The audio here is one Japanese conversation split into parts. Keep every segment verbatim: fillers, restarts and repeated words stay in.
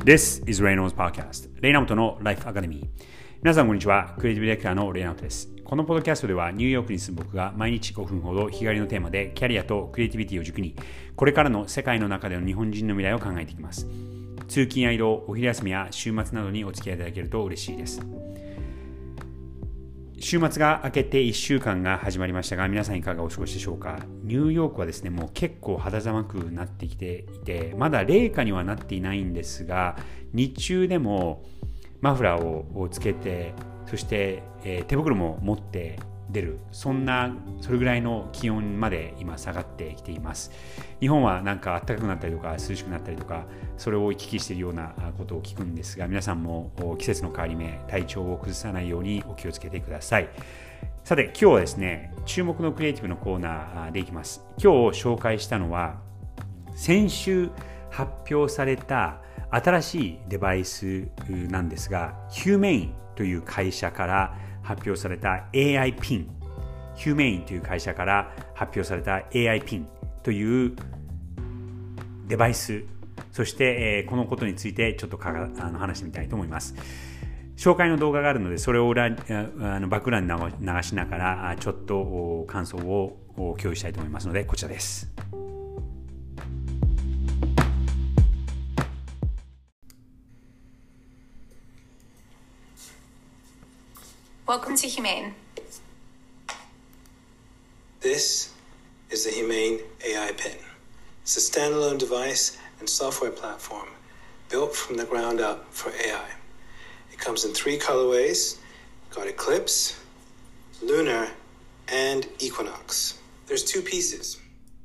This is Reynolds Podcast レイナウトの Life Academy。 皆さんこんにちは。クリエイティブディレクターのレイナウトです。このポッドキャストではニューヨークに住む僕が毎日ごふんほど日帰りのテーマでキャリアとクリエイティビティを軸にこれからの世界の中での日本人の未来を考えていきます。通勤や移動、お昼休みや週末などにお付き合いいただけると嬉しいです。週末が明けていっしゅうかんが始まりましたが、皆さんいかがお過ごしでしょうか。ニューヨークはですね、もう結構肌寒くなってきていて、まだ冷夏にはなっていないんですが、日中でもマフラーをつけて、そして、えー、手袋も持って出る、そんなそれぐらいの気温まで今下がってきています。日本はなんか暖かくなったりとか涼しくなったりとか、それを行き来しているようなことを聞くんですが、皆さんも季節の変わり目、体調を崩さないようにお気をつけてください。さて今日はですね、注目のクリエイティブのコーナーでいきます。今日紹介したのは先週発表された新しいデバイスなんですが、ヒューメインという会社から発表された エーアイ ピン、ヒューメインという会社から発表された エーアイ ピンというデバイス、そして、えー、このことについてちょっとかがあの話してみたいと思います。紹介の動画があるので、それを裏あのバックグラウンドに流しながらちょっと感想を共有したいと思いますので、こちらです。 Welcome to Humane. This is the Humane エーアイ Pen. It's a standalone device and software platform built from the ground up for エーアイ. It comes in three colorways. Got Eclipse, Lunar, and Equinox. There's two pieces.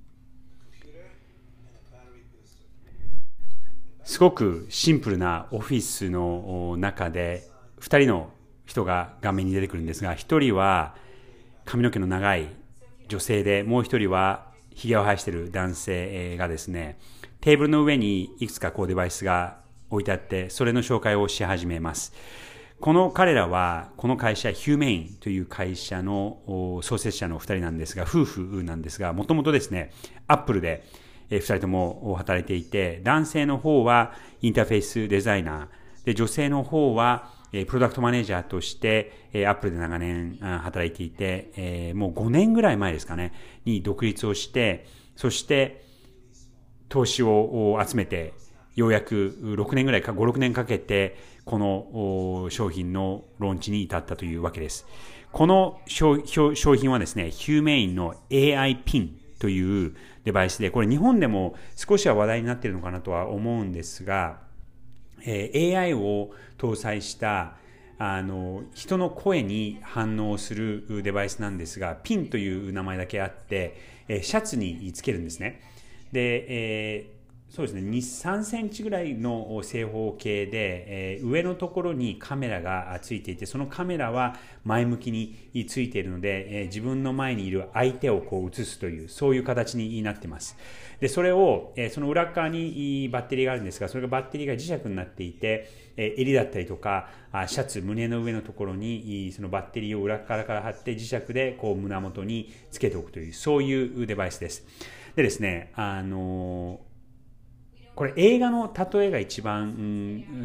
すごくシンプルなオフィスの中でふたりの人が画面に出てくるんですが、ひとりは髪の毛の長い女性で、もうひとりはひげを生やしている男性がですね、テーブルの上にいくつかこうデバイスが置いてあって、それの紹介をし始めます。この彼らは、この会社ヒューメインという会社の創設者のふたりなんですが、夫婦なんですが、もともとですね、アップルでふたりとも働いていて、男性の方はインターフェースデザイナーで、女性の方はプロダクトマネージャーとしてアップルで長年働いていて、もうごねんぐらい前ですかねに独立をして、そして投資を集めて、ようやくろくねんぐらいかご、ろくねんかけてこの商品のローンチに至ったというわけです。この商品はですね、ヒューメインの エーアイ ピンというデバイスで、これ日本でも少しは話題になっているのかなとは思うんですが、エーアイ を搭載したあの人の声に反応するデバイスなんですが、ピンという名前だけあって、シャツにつけるんですね。で、えーそうですね、に、さんセンチぐらいの正方形で、えー、上のところにカメラがついていて、そのカメラは前向きについているので、えー、自分の前にいる相手をこう映すという、そういう形になっています。で、それを、えー、その裏側にバッテリーがあるんですが、それがバッテリーが磁石になっていて、えー、襟だったりとか、シャツ、胸の上のところにそのバッテリーを裏側から貼って磁石でこう胸元につけておくという、そういうデバイスです。でですね、あのーこれ映画の例えが一番、うん、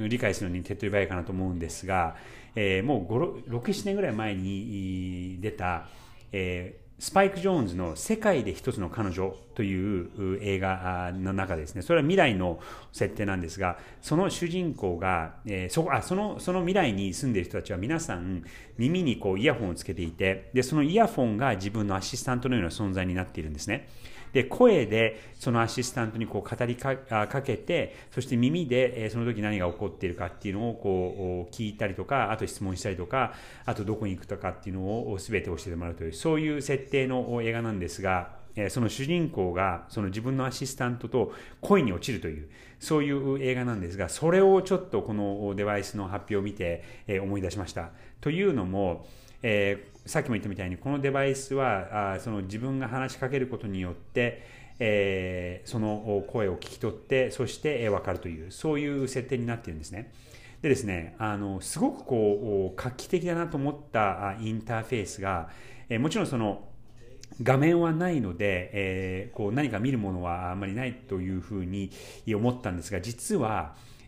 理解するのに手っ取り早いかなと思うんですが、えー、もうろく、ななねんぐらい前に出た、えー、スパイク・ジョーンズの世界で一つの彼女という映画の中でですね、それは未来の設定なんですが、その主人公が、えー、そ, あ そ, のその未来に住んでいる人たちは皆さん耳にこうイヤホンをつけていて、でそのイヤホンが自分のアシスタントのような存在になっているんですね。で、声でそのアシスタントにこう語り か, かけて、そして耳でその時何が起こっているかっていうのをこう聞いたりとか、あと質問したりとか、あとどこに行くとかっていうのを全て教えてもらうという、そういう設定の映画なんですが、その主人公がその自分のアシスタントと恋に落ちるという、そういう映画なんですが、それをちょっとこのデバイスの発表を見て思い出しました。というのも、えー、さっきも言ったみたいにこのデバイスはあその自分が話しかけることによって、えー、その声を聞き取って、そして分かるという、そういう設定になっているんですね。でですね、あのすごくこう画期的だなと思ったインターフェースが、えー、もちろんその画面はないので、えー、こう何か見るものはあんまりないというふうに思ったんですが、実は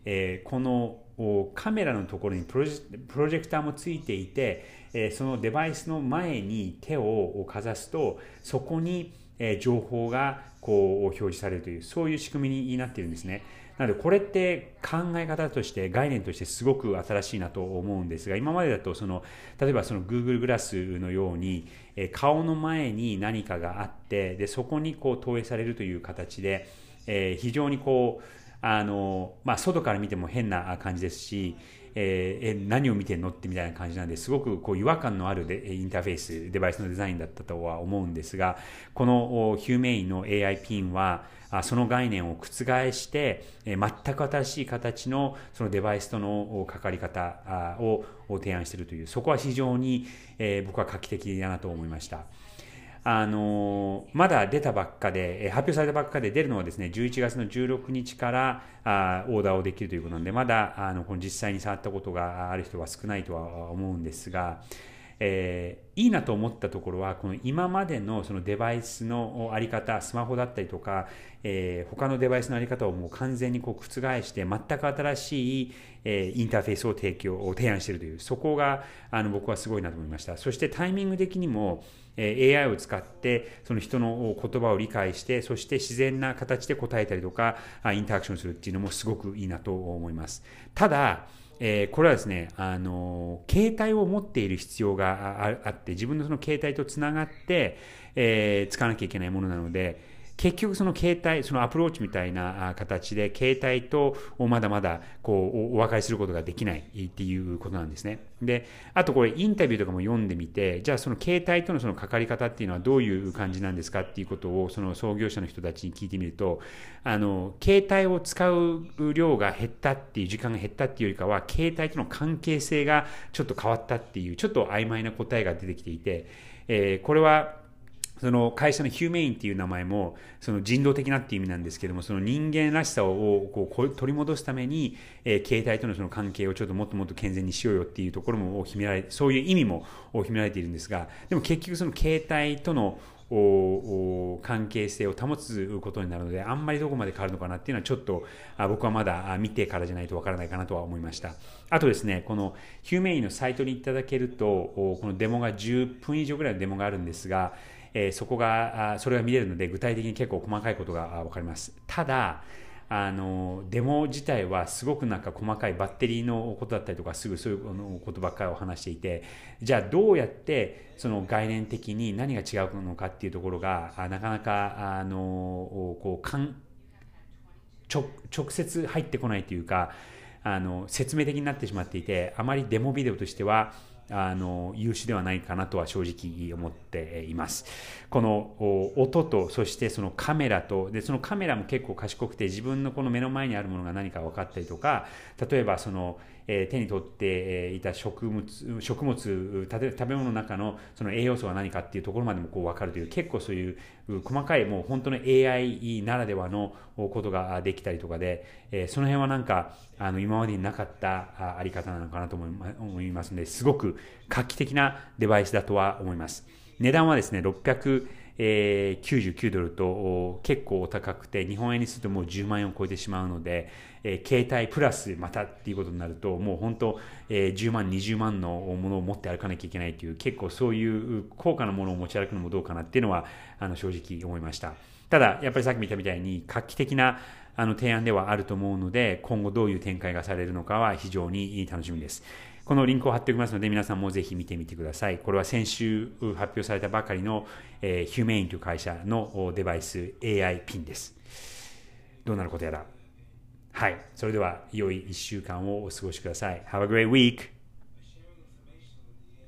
えー、このカメラのところにプロジェ、プロジェクターもついていて、えー、そのデバイスの前に手をかざすと、そこに情報がこう表示されるという、そういう仕組みになっているんですね。なのでこれって考え方として概念としてすごく新しいなと思うんですが、今までだとその例えばその Google グラスのように顔の前に何かがあって、でそこにこう投影されるという形で、えー、非常にこうあの、まあ、外から見ても変な感じですし、えー、何を見てんのってみたいな感じなんで、すごくこう違和感のあるでインターフェース、デバイスのデザインだったとは思うんですが、このヒューメインの エーアイ ピンはその概念を覆して、全く新しい形のそのデバイスとの関わり方を提案しているという、そこは非常に僕は画期的だなと思いました。あのまだ出たばっかで、発表されたばっかで、出るのはですね、じゅういちがつのじゅうろくにちからあオーダーをできるということなので、まだあのこの実際に触ったことがある人は少ないとは思うんですが、えー、いいなと思ったところは、この今までのそのデバイスのあり方、スマホだったりとか、えー、他のデバイスのあり方をもう完全にこう覆して、全く新しい、えー、インターフェースを提供を提案しているという、そこがあの僕はすごいなと思いました。そしてタイミング的にも、エーアイ を使ってその人の言葉を理解して、そして自然な形で答えたりとかインタラクションするっていうのもすごくいいなと思います。ただ、えー、これはですね、あの携帯を持っている必要があって、自分のその携帯とつながって、えー、使わなきゃいけないものなので、結局その携帯、そのアプローチみたいな形で携帯とまだまだこうお分かりすることができないっていうことなんですね。で、あとこれインタビューとかも読んでみて、じゃあその携帯とのその関わり方っていうのはどういう感じなんですかっていうことをその創業者の人たちに聞いてみると、あの携帯を使う量が減ったっていう時間が減ったっていうよりかは、携帯との関係性がちょっと変わったっていうちょっと曖昧な答えが出てきていて、えー、これはその会社のヒューメインっていう名前もその人道的なっていう意味なんですけども、その人間らしさをこう取り戻すために、えー、携帯とのその関係をちょっともっともっと健全にしようよっていうところも秘められて、そういう意味も秘められているんですが、でも結局その携帯との関係性を保つことになるので、あんまりどこまで変わるのかなっていうのはちょっと僕はまだ見てからじゃないとわからないかなとは思いました。あとですね、このヒューメインのサイトにいただけると、このデモがじゅっぷん以上ぐらいのデモがあるんですが、えー、そこがそれが見れるので、具体的に結構細かいことが分かります。ただあのデモ自体はすごくなんか細かいバッテリーのことだったりとか、すぐそういうことばっかりを話していて、じゃあどうやってその概念的に何が違うのかっていうところがなかなかあのこうかん直直接入ってこないというか、あの説明的になってしまっていて、あまりデモビデオとしてはあの優秀ではないかなとは正直思っています。この音と、そしてそのカメラと、でそのカメラも結構賢くて、自分のこの目の前にあるものが何か分かったりとか、例えばその、えー、手に取っていた食物、食物食べ物の中のその栄養素は何かっていうところまでもこう分かるという、結構そういう細かいもう本当の エーアイ ならではのことができたりとかで、えー、その辺はなんかあの今までになかったあり方なのかなと思いますので、すごく画期的なデバイスだとは思います。値段はですねろっぴゃくきゅうじゅうきゅうドルと結構お高くて、日本円にするともうじゅうまんえんを超えてしまうので、えー、携帯プラスまたっていうことになると、もう本当、えー、じゅうまんにじゅうまんのものを持って歩かなきゃいけないという、結構そういう高価なものを持ち歩くのもどうかなっていうのはあの正直思いました。ただやっぱりさっき見たみたいに画期的なあの提案ではあると思うので、今後どういう展開がされるのかは非常に楽しみです。このリンクを貼っておきますので、皆さんもぜひ見てみてください。これは先週発表されたばかりの、えー、ヒューメインという会社のデバイス エーアイ ピンです。どうなることやら。はい。それでは良いいっしゅうかんをお過ごしください。Have a great week!